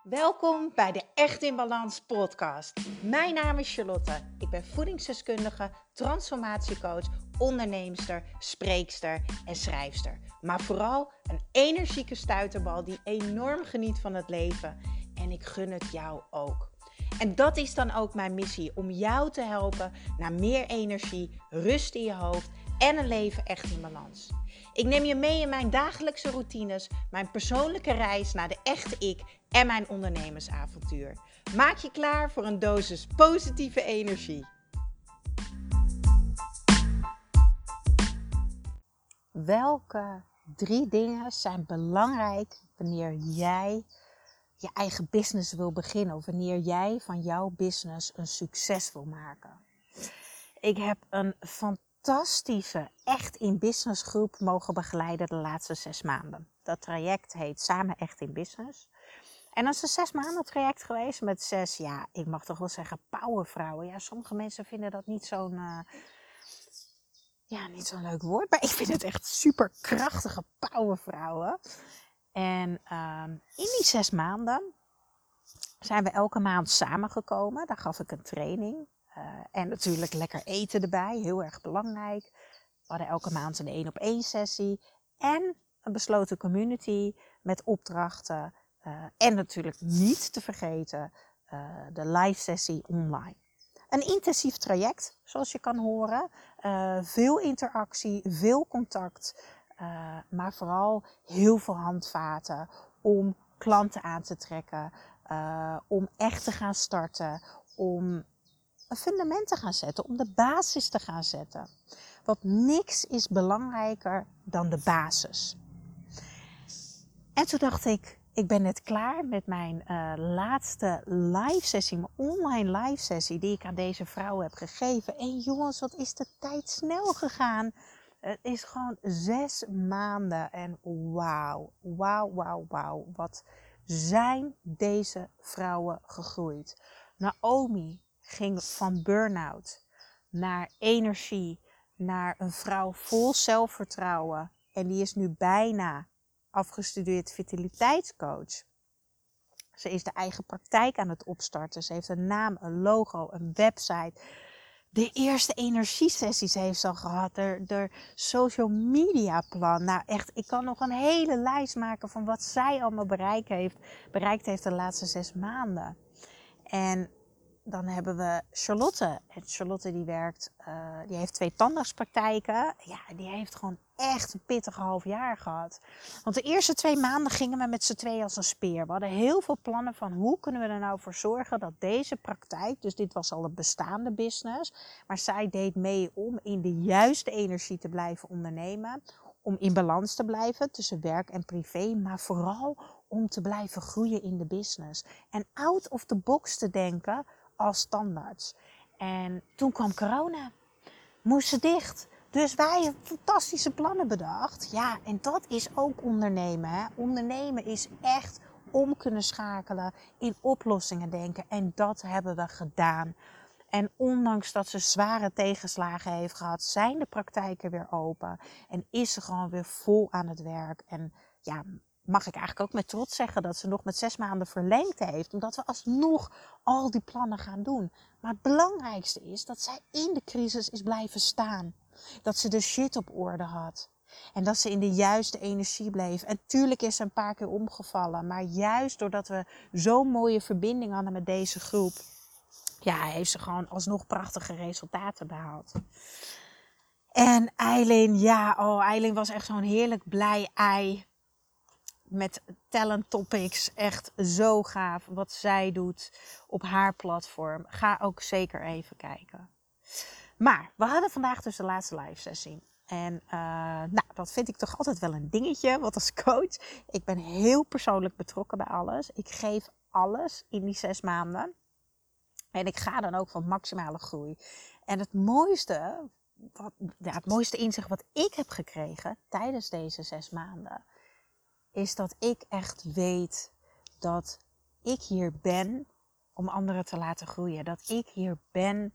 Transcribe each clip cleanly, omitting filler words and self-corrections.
Welkom bij de Echt in Balans podcast. Mijn naam is Charlotte. Ik ben voedingsdeskundige, transformatiecoach, onderneemster, spreekster en schrijfster. Maar vooral een energieke stuiterbal die enorm geniet van het leven. En ik gun het jou ook. En dat is dan ook mijn missie, om jou te helpen naar meer energie, rust in je hoofd en een leven echt in balans. Ik neem je mee in mijn dagelijkse routines, mijn persoonlijke reis naar de echte ik en mijn ondernemersavontuur. Maak je klaar voor een dosis positieve energie. Welke 3 dingen zijn belangrijk wanneer jij je eigen business wil beginnen of wanneer jij van jouw business een succes wil maken? Ik heb een fantastische Echt in Business groep mogen begeleiden de laatste 6 maanden. Dat traject heet Samen Echt in Business. En dat is een 6 maanden traject geweest met 6, ja, ik mag toch wel zeggen powervrouwen. Ja, sommige mensen vinden dat niet zo'n leuk woord, maar ik vind het echt super krachtige powervrouwen. En in die 6 maanden zijn we elke maand samengekomen. Daar gaf ik een training. En natuurlijk lekker eten erbij, heel erg belangrijk. We hadden elke maand een 1-op-1 sessie. En een besloten community met opdrachten. En natuurlijk niet te vergeten de live sessie online. Een intensief traject, zoals je kan horen. Veel interactie, veel contact. Maar vooral heel veel handvaten om klanten aan te trekken. Om echt te gaan starten. Om een fundament te gaan zetten. Om de basis te gaan zetten. Want niks is belangrijker dan de basis. En toen dacht ik ben net klaar met mijn laatste live sessie, mijn online live sessie die ik aan deze vrouwen heb gegeven. En jongens, wat is de tijd snel gegaan. Het is gewoon 6 maanden en wauw. Wat zijn deze vrouwen gegroeid. Naomi ging van burn-out naar energie, naar een vrouw vol zelfvertrouwen. En die is nu bijna afgestudeerd vitaliteitscoach. Ze is de eigen praktijk aan het opstarten. Ze heeft een naam, een logo, een website. De eerste energiesessies heeft ze al gehad. De social media plan. Nou echt, ik kan nog een hele lijst maken van wat zij allemaal bereikt heeft de laatste 6 maanden. En dan hebben we Charlotte. En Charlotte die heeft 2 tandartspraktijken. Ja, die heeft gewoon echt een pittig half jaar gehad. Want de eerste 2 maanden gingen we met z'n tweeën als een speer. We hadden heel veel plannen van hoe kunnen we er nou voor zorgen dat deze praktijk, dus dit was al een bestaande business, maar zij deed mee om in de juiste energie te blijven ondernemen. Om in balans te blijven tussen werk en privé, maar vooral om te blijven groeien in de business. En out of the box te denken als tandarts. En toen kwam corona. Moesten dicht. Dus wij hebben fantastische plannen bedacht. Ja, en dat is ook ondernemen. Hè? Ondernemen is echt om kunnen schakelen, in oplossingen denken. En dat hebben we gedaan. En ondanks dat ze zware tegenslagen heeft gehad, zijn de praktijken weer open. En is ze gewoon weer vol aan het werk. En ja, mag ik eigenlijk ook met trots zeggen dat ze nog met 6 maanden verlengd heeft. Omdat we alsnog al die plannen gaan doen. Maar het belangrijkste is dat zij in de crisis is blijven staan. Dat ze de shit op orde had. En dat ze in de juiste energie bleef. En tuurlijk is ze een paar keer omgevallen. Maar juist doordat we zo'n mooie verbinding hadden met deze groep, ja, heeft ze gewoon alsnog prachtige resultaten behaald. En Eileen, Eileen was echt zo'n heerlijk blij ei. Met talent topics, echt zo gaaf wat zij doet op haar platform. Ga ook zeker even kijken. Maar we hadden vandaag dus de laatste live sessie. En dat vind ik toch altijd wel een dingetje, want als coach, ik ben heel persoonlijk betrokken bij alles. Ik geef alles in die 6 maanden. En ik ga dan ook van maximale groei. En het mooiste inzicht wat ik heb gekregen tijdens deze 6 maanden, is dat ik echt weet dat ik hier ben om anderen te laten groeien. Dat ik hier ben,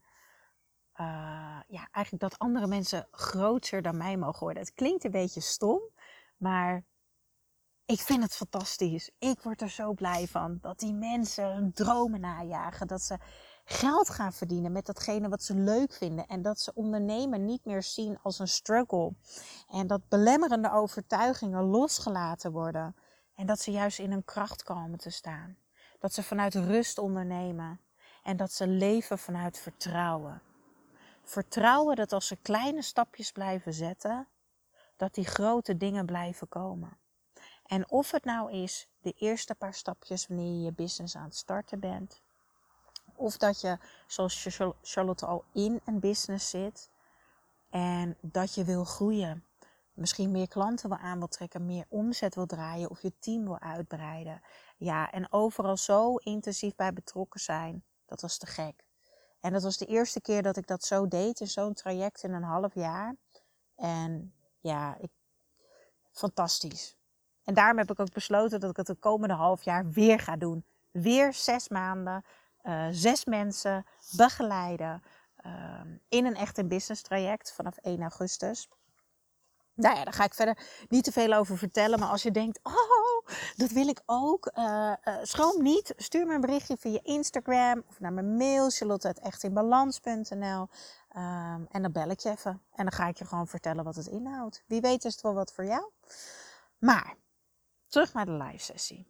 eigenlijk dat andere mensen groter dan mij mogen worden. Het klinkt een beetje stom, maar Ik vind het fantastisch. Ik word er zo blij van dat die mensen hun dromen najagen. Dat ze geld gaan verdienen met datgene wat ze leuk vinden. En dat ze ondernemen niet meer zien als een struggle. En dat belemmerende overtuigingen losgelaten worden. En dat ze juist in hun kracht komen te staan. Dat ze vanuit rust ondernemen. En dat ze leven vanuit vertrouwen. Vertrouwen dat als ze kleine stapjes blijven zetten, dat die grote dingen blijven komen. En of het nou is de eerste paar stapjes wanneer je je business aan het starten bent. Of dat je, zoals Charlotte, al in een business zit. En dat je wil groeien. Misschien meer klanten wil aan wil trekken, meer omzet wil draaien of je team wil uitbreiden. Ja, en overal zo intensief bij betrokken zijn. Dat was te gek. En dat was de eerste keer dat ik dat zo deed in zo'n traject in een half jaar. En ja, fantastisch. En daarom heb ik ook besloten dat ik het de komende half jaar weer ga doen. Weer 6 maanden, 6 mensen begeleiden in een echt een business traject vanaf 1 augustus. Nou ja, daar ga ik verder niet te veel over vertellen. Maar als je denkt, oh, dat wil ik ook. Schroom niet. Stuur me een berichtje via Instagram of naar mijn mail. Charlotte@echtinbalans.nl en dan bel ik je even. En dan ga ik je gewoon vertellen wat het inhoudt. Wie weet is het wel wat voor jou. Maar, terug naar de live sessie.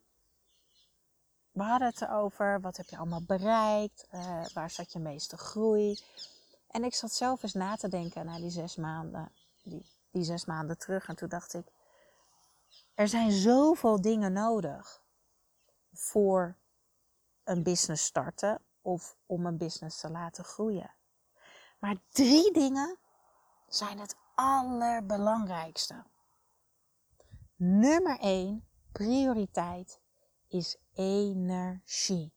We hadden het erover. Wat heb je allemaal bereikt? Waar zat je meeste groei? En ik zat zelf eens na te denken na die 6 maanden. Die 6 maanden terug. En toen dacht ik, er zijn zoveel dingen nodig voor een business starten of om een business te laten groeien. Maar 3 dingen zijn het allerbelangrijkste. Nummer 1, prioriteit, is energie.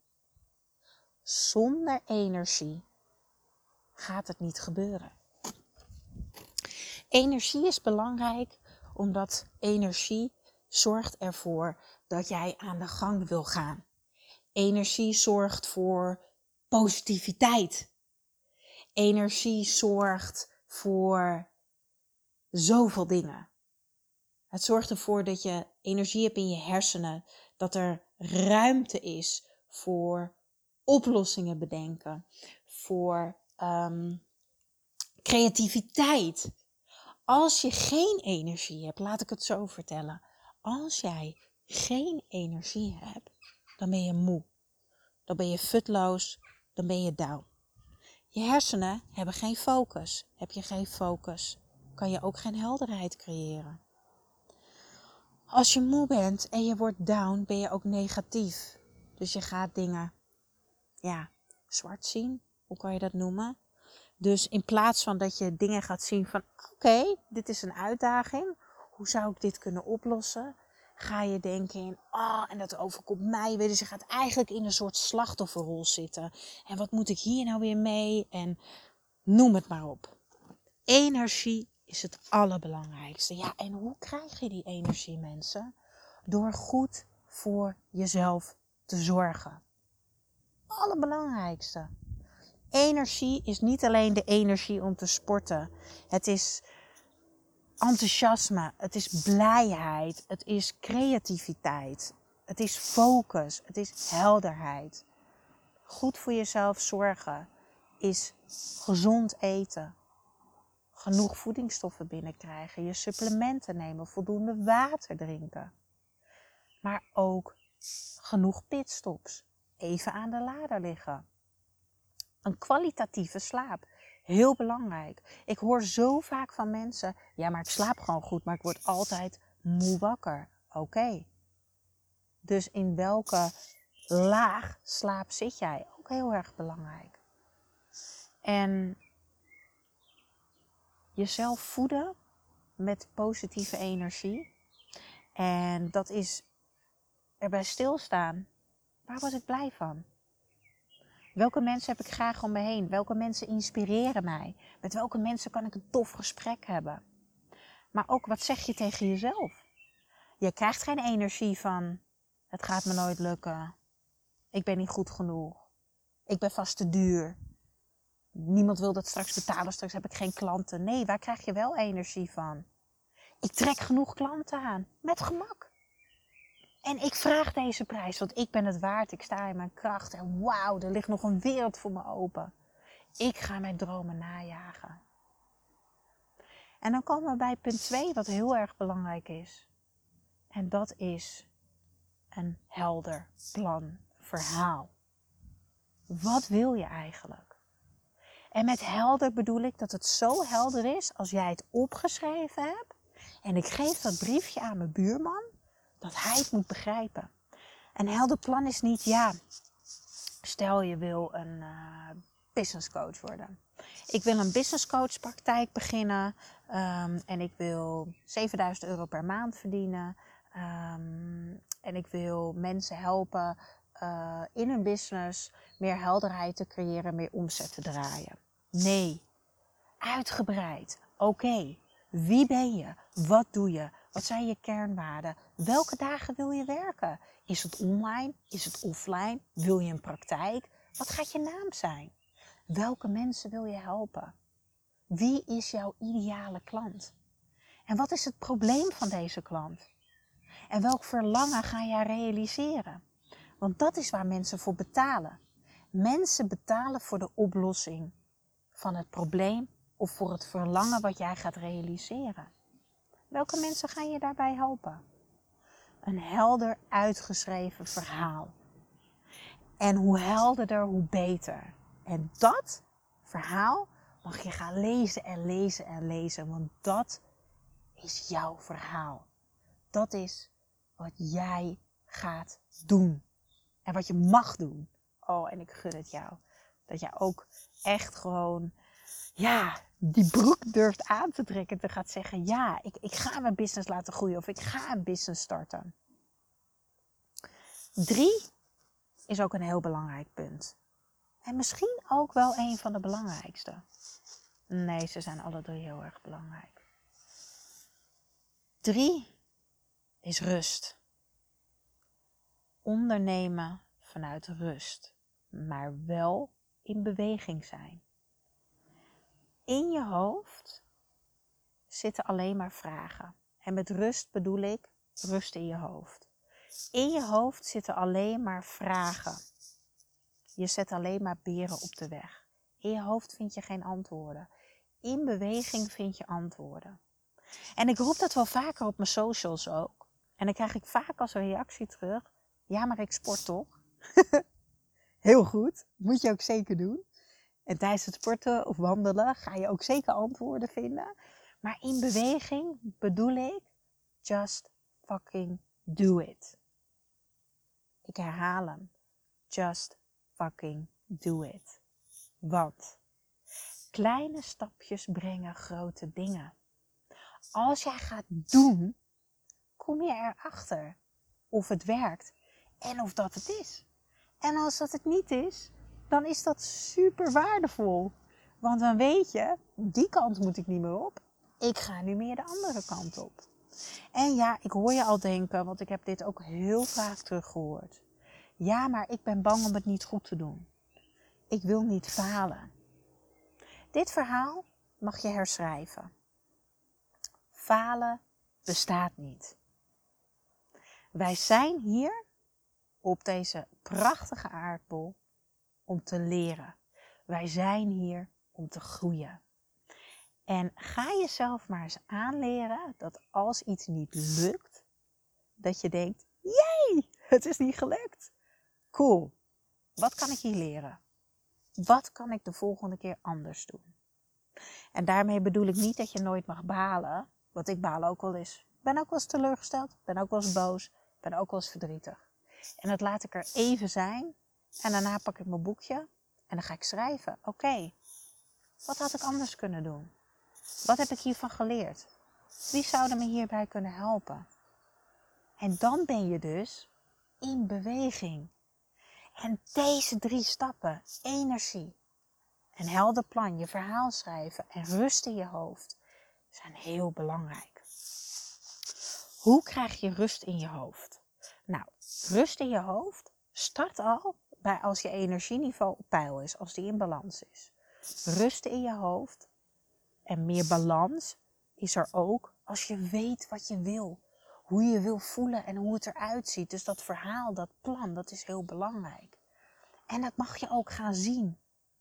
Zonder energie gaat het niet gebeuren. Energie is belangrijk omdat energie zorgt ervoor dat jij aan de gang wil gaan. Energie zorgt voor positiviteit. Energie zorgt voor zoveel dingen. Het zorgt ervoor dat je energie hebt in je hersenen. Dat er ruimte is voor oplossingen bedenken. Voor creativiteit. Als je geen energie hebt, laat ik het zo vertellen. Als jij geen energie hebt, dan ben je moe. Dan ben je futloos. Dan ben je down. Je hersenen hebben geen focus. Heb je geen focus, kan je ook geen helderheid creëren. Als je moe bent en je wordt down, ben je ook negatief. Dus je gaat dingen, zwart zien. Hoe kan je dat noemen? Dus in plaats van dat je dingen gaat zien van, oké, dit is een uitdaging. Hoe zou ik dit kunnen oplossen? Ga je denken in, en dat overkomt mij weer. Dus je gaat eigenlijk in een soort slachtofferrol zitten. En wat moet ik hier nou weer mee? En noem het maar op. Energie is het allerbelangrijkste. Ja, en hoe krijg je die energie, mensen? Door goed voor jezelf te zorgen. Allerbelangrijkste. Energie is niet alleen de energie om te sporten. Het is enthousiasme, het is blijheid, het is creativiteit, het is focus, het is helderheid. Goed voor jezelf zorgen is gezond eten. Genoeg voedingsstoffen binnenkrijgen, je supplementen nemen, voldoende water drinken. Maar ook genoeg pitstops, even aan de lader liggen. Een kwalitatieve slaap, heel belangrijk. Ik hoor zo vaak van mensen, ja maar ik slaap gewoon goed, maar ik word altijd moe wakker. Oké. Dus in welke laag slaap zit jij? Ook heel erg belangrijk. En jezelf voeden met positieve energie. En dat is erbij stilstaan. Waar word ik blij van? Welke mensen heb ik graag om me heen? Welke mensen inspireren mij? Met welke mensen kan ik een tof gesprek hebben? Maar ook, wat zeg je tegen jezelf? Je krijgt geen energie van, het gaat me nooit lukken. Ik ben niet goed genoeg. Ik ben vast te duur. Niemand wil dat straks betalen, straks heb ik geen klanten. Nee, waar krijg je wel energie van? Ik trek genoeg klanten aan, met gemak. En ik vraag deze prijs, want ik ben het waard. Ik sta in mijn kracht. En wauw, er ligt nog een wereld voor me open. Ik ga mijn dromen najagen. En dan komen we bij punt 2, wat heel erg belangrijk is. En dat is een helder plan, verhaal. Wat wil je eigenlijk? En met helder bedoel ik dat het zo helder is als jij het opgeschreven hebt. En ik geef dat briefje aan mijn buurman, dat hij het moet begrijpen. Een helder plan is niet, stel je wil een business coach worden. Ik wil een business coach praktijk beginnen en ik wil €7.000 per maand verdienen. En ik wil mensen helpen in hun business meer helderheid te creëren, meer omzet te draaien. Nee, uitgebreid. Oké, wie ben je? Wat doe je? Wat zijn je kernwaarden? Welke dagen wil je werken? Is het online? Is het offline? Wil je een praktijk? Wat gaat je naam zijn? Welke mensen wil je helpen? Wie is jouw ideale klant? En wat is het probleem van deze klant? En welk verlangen ga jij realiseren? Want dat is waar mensen voor betalen. Mensen betalen voor de oplossing van het probleem of voor het verlangen wat jij gaat realiseren. Welke mensen gaan je daarbij helpen? Een helder uitgeschreven verhaal. En hoe helderder, hoe beter. En dat verhaal mag je gaan lezen en lezen en lezen. Want dat is jouw verhaal. Dat is wat jij gaat doen. En wat je mag doen. Oh, en ik gun het jou. Dat jij ook echt gewoon, die broek durft aan te trekken. Te gaat zeggen, ik ga mijn business laten groeien. Of ik ga een business starten. 3 is ook een heel belangrijk punt. En misschien ook wel een van de belangrijkste. Nee, ze zijn alle 3 heel erg belangrijk. 3 is rust. Ondernemen vanuit rust. Maar wel in beweging zijn. In je hoofd zitten alleen maar vragen. En met rust bedoel ik rust in je hoofd. In je hoofd zitten alleen maar vragen. Je zet alleen maar beren op de weg. In je hoofd vind je geen antwoorden. In beweging vind je antwoorden. En ik roep dat wel vaker op mijn socials ook. En dan krijg ik vaak als reactie terug. Ja, maar ik sport toch? Heel goed. Moet je ook zeker doen. En tijdens het sporten of wandelen ga je ook zeker antwoorden vinden. Maar in beweging bedoel ik just fucking do it. Ik herhaal hem. Just fucking do it. Want kleine stapjes brengen grote dingen. Als jij gaat doen, kom je erachter of het werkt en of dat het is. En als dat het niet is, dan is dat super waardevol. Want dan weet je, die kant moet ik niet meer op. Ik ga nu meer de andere kant op. En ja, ik hoor je al denken, want ik heb dit ook heel vaak teruggehoord. Ja, maar ik ben bang om het niet goed te doen. Ik wil niet falen. Dit verhaal mag je herschrijven. Falen bestaat niet. Wij zijn hier op deze prachtige aardbol om te leren. Wij zijn hier om te groeien. En ga jezelf maar eens aanleren dat als iets niet lukt, dat je denkt, jee, het is niet gelukt. Cool, wat kan ik hier leren? Wat kan ik de volgende keer anders doen? En daarmee bedoel ik niet dat je nooit mag balen, want ik baal ook wel eens. Ik ben ook wel eens teleurgesteld, ben ook wel eens boos, ben ook wel eens verdrietig. En dat laat ik er even zijn en daarna pak ik mijn boekje en dan ga ik schrijven. Oké, wat had ik anders kunnen doen? Wat heb ik hiervan geleerd? Wie zou me hierbij kunnen helpen? En dan ben je dus in beweging. En deze 3 stappen, energie, een helder plan, je verhaal schrijven en rust in je hoofd, zijn heel belangrijk. Hoe krijg je rust in je hoofd? Nou, rust in je hoofd start al bij als je energieniveau op peil is, als die in balans is. Rust in je hoofd en meer balans is er ook als je weet wat je wil. hoe je wil voelen en hoe het eruit ziet. Dus dat verhaal, dat plan, dat is heel belangrijk. En dat mag je ook gaan zien.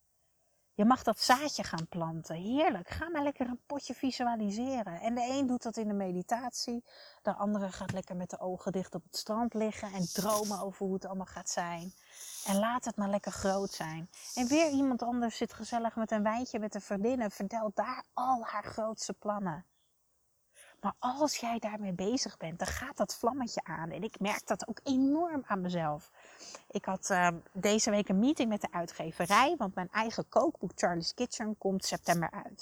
Je mag dat zaadje gaan planten. Heerlijk. Ga maar lekker een potje visualiseren. En de een doet dat in de meditatie. De andere gaat lekker met de ogen dicht op het strand liggen. En dromen over hoe het allemaal gaat zijn. En laat het maar lekker groot zijn. En weer iemand anders zit gezellig met een wijntje met een vriendin. En vertelt daar al haar grootste plannen. Maar als jij daarmee bezig bent, dan gaat dat vlammetje aan. En ik merk dat ook enorm aan mezelf. Ik had deze week een meeting met de uitgeverij. Want mijn eigen kookboek Charlie's Kitchen komt september uit.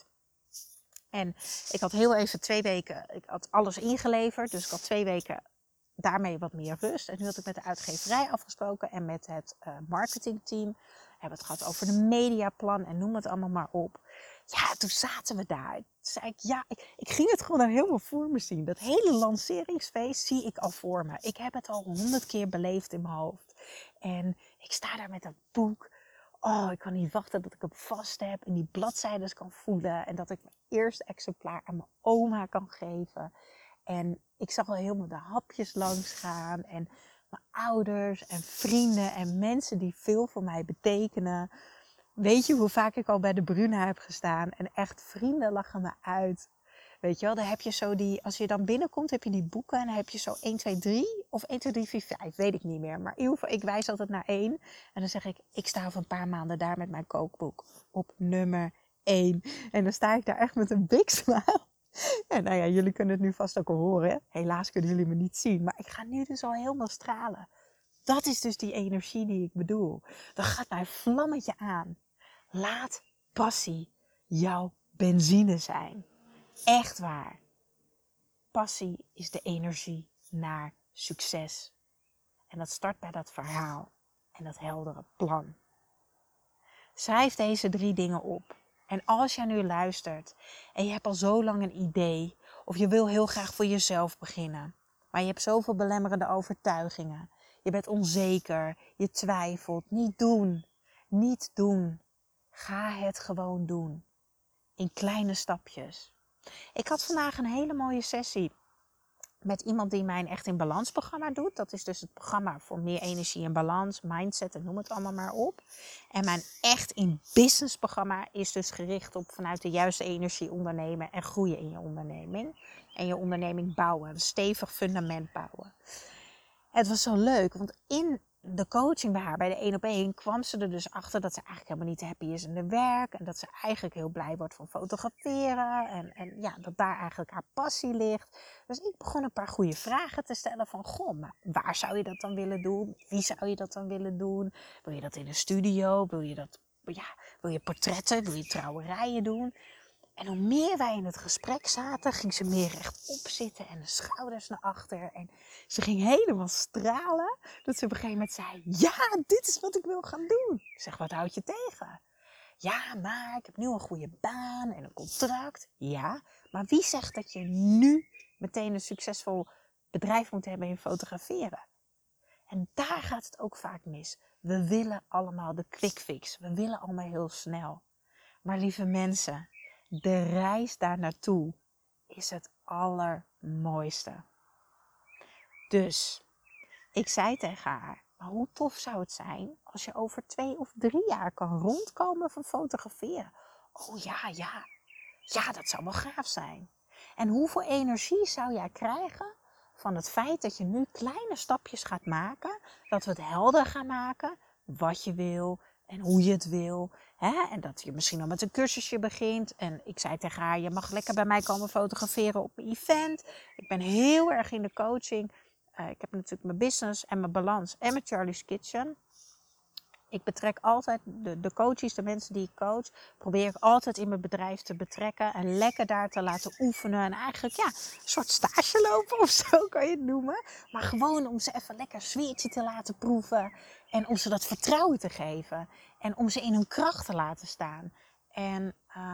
En ik had heel even 2 weken, ik had alles ingeleverd. Dus ik had 2 weken daarmee wat meer rust. En nu had ik met de uitgeverij afgesproken en met het marketingteam. Hebben het gehad over de mediaplan en noem het allemaal maar op. Ja, toen zaten we daar. Toen zei ik, ja, ik ging het gewoon helemaal voor me zien. Dat hele lanceringsfeest zie ik al voor me. Ik heb het al 100 keer beleefd in mijn hoofd. En ik sta daar met dat boek. Oh, ik kan niet wachten dat ik hem vast heb en die bladzijden kan voelen. En dat ik mijn eerste exemplaar aan mijn oma kan geven. En ik zag al helemaal de hapjes langs gaan. En mijn ouders en vrienden en mensen die veel voor mij betekenen. Weet je hoe vaak ik al bij de Bruna heb gestaan? En echt vrienden lachen me uit. Weet je wel, dan heb je zo die, als je dan binnenkomt, heb je die boeken. En dan heb je zo 1, 2, 3 of 1, 2, 3, 4, 5, weet ik niet meer. Maar in ieder geval, ik wijs altijd naar 1. En dan zeg ik sta over een paar maanden daar met mijn kookboek op nummer 1. En dan sta ik daar echt met een big smile. En nou ja, jullie kunnen het nu vast ook al horen. Helaas kunnen jullie me niet zien. Maar ik ga nu dus al helemaal stralen. Dat is dus die energie die ik bedoel. Dan gaat mijn vlammetje aan. Laat passie jouw benzine zijn. Echt waar. Passie is de energie naar succes. En dat start bij dat verhaal en dat heldere plan. Schrijf deze 3 dingen op. En als jij nu luistert en je hebt al zo lang een idee, of je wil heel graag voor jezelf beginnen, maar je hebt zoveel belemmerende overtuigingen, je bent onzeker, je twijfelt, niet doen, niet doen. Ga het gewoon doen. In kleine stapjes. Ik had vandaag een hele mooie sessie met iemand die mijn Echt in Balans programma doet. Dat is dus het programma voor meer energie en balans, mindset en noem het allemaal maar op. En mijn Echt in Business programma is dus gericht op vanuit de juiste energie ondernemen en groeien in je onderneming. En je onderneming bouwen, een stevig fundament bouwen. Het was zo leuk, want in de coaching bij haar, bij de 1-op-1, kwam ze er dus achter dat ze eigenlijk helemaal niet happy is in haar werk. En dat ze eigenlijk heel blij wordt van fotograferen. En ja, dat daar eigenlijk haar passie ligt. Dus ik begon een paar goede vragen te stellen van, goh, maar waar zou je dat dan willen doen? Wie zou je dat dan willen doen? Wil je dat in een studio? Wil je portretten? Wil je trouwerijen doen? En hoe meer wij in het gesprek zaten, ging ze meer rechtop zitten en de schouders naar achter. En ze ging helemaal stralen. Dat ze op een gegeven moment zei, ja, dit is wat ik wil gaan doen. Ik zeg, wat houd je tegen? Ja, maar ik heb nu een goede baan en een contract. Ja, maar wie zegt dat je nu meteen een succesvol bedrijf moet hebben in fotograferen? En daar gaat het ook vaak mis. We willen allemaal de quick fix. We willen allemaal heel snel. Maar lieve mensen, de reis daar naartoe is het allermooiste. Dus, ik zei tegen haar, maar hoe tof zou het zijn als je over 2 of 3 jaar kan rondkomen van fotograferen? Oh ja, dat zou wel gaaf zijn. En hoeveel energie zou jij krijgen van het feit dat je nu kleine stapjes gaat maken, dat we het helder gaan maken wat je wil en hoe je het wil. Hè? En dat je misschien al met een cursusje begint. En ik zei tegen haar, je mag lekker bij mij komen fotograferen op mijn event. Ik ben heel erg in de coaching. Ik heb natuurlijk mijn business en mijn balans en mijn Charlie's Kitchen. Ik betrek altijd de coaches, de mensen die ik coach, probeer ik altijd in mijn bedrijf te betrekken en lekker daar te laten oefenen. En eigenlijk een soort stage lopen of zo kan je het noemen. Maar gewoon om ze even lekker sfeertje te laten proeven en om ze dat vertrouwen te geven. En om ze in hun kracht te laten staan. En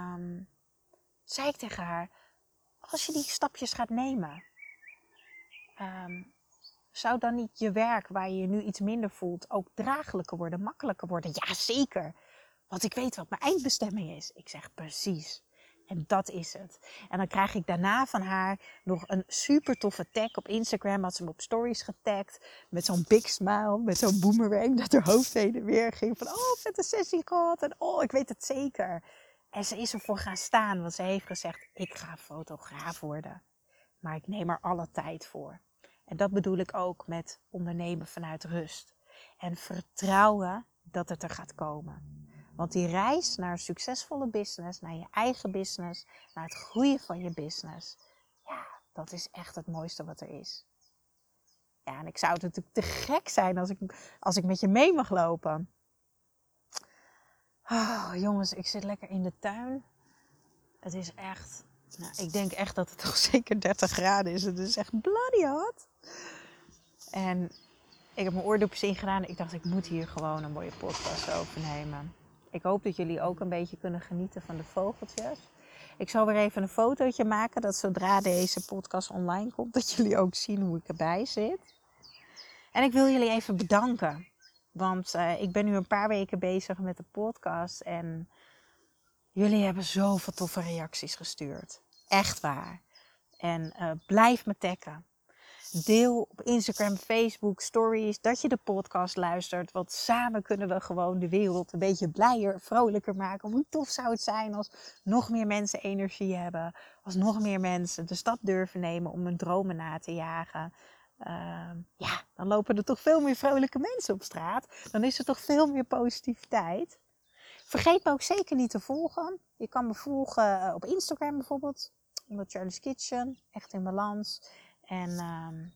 zei ik tegen haar, als je die stapjes gaat nemen, zou dan niet je werk waar je je nu iets minder voelt ook draaglijker worden, makkelijker worden? Ja, zeker. Want ik weet wat mijn eindbestemming is. Ik zeg precies. En dat is het. En dan krijg ik daarna van haar nog een super toffe tag op Instagram. Had ze me op stories getagd. Met zo'n big smile. Met zo'n boomerang. Dat haar hoofd heen en weer ging. Van vette sessie gehad. En ik weet het zeker. En ze is ervoor gaan staan. Want ze heeft gezegd, ik ga fotograaf worden. Maar ik neem er alle tijd voor. En dat bedoel ik ook met ondernemen vanuit rust. En vertrouwen dat het er gaat komen. Want die reis naar een succesvolle business, naar je eigen business, naar het groeien van je business. Ja, dat is echt het mooiste wat er is. Ja, en ik zou het natuurlijk te gek zijn als ik met je mee mag lopen. Jongens, ik zit lekker in de tuin. Het is echt, ik denk echt dat het toch zeker 30 graden is. Het is echt bloody hot. En ik heb mijn oordopjes ingedaan. Ik dacht, ik moet hier gewoon een mooie podcast overnemen. Ik hoop dat jullie ook een beetje kunnen genieten van de vogeltjes. Ik zal weer even een fotootje maken. Dat zodra deze podcast online komt, dat jullie ook zien hoe ik erbij zit. En ik wil jullie even bedanken. Want ik ben nu een paar weken bezig met de podcast. En jullie hebben zoveel toffe reacties gestuurd. Echt waar. En blijf me taggen. Deel op Instagram, Facebook, stories dat je de podcast luistert. Want samen kunnen we gewoon de wereld een beetje blijer, vrolijker maken. Hoe tof zou het zijn als nog meer mensen energie hebben. Als nog meer mensen de stap durven nemen om hun dromen na te jagen. Dan lopen er toch veel meer vrolijke mensen op straat. Dan is er toch veel meer positiviteit. Vergeet me ook zeker niet te volgen. Je kan me volgen op Instagram bijvoorbeeld. Onder Charlie's Kitchen. Echt in balans. En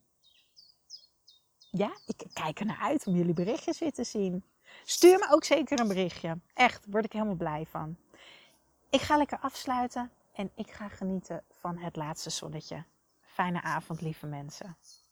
ik kijk er naar uit om jullie berichtjes weer te zien. Stuur me ook zeker een berichtje. Echt, daar word ik helemaal blij van. Ik ga lekker afsluiten en ik ga genieten van het laatste zonnetje. Fijne avond, lieve mensen.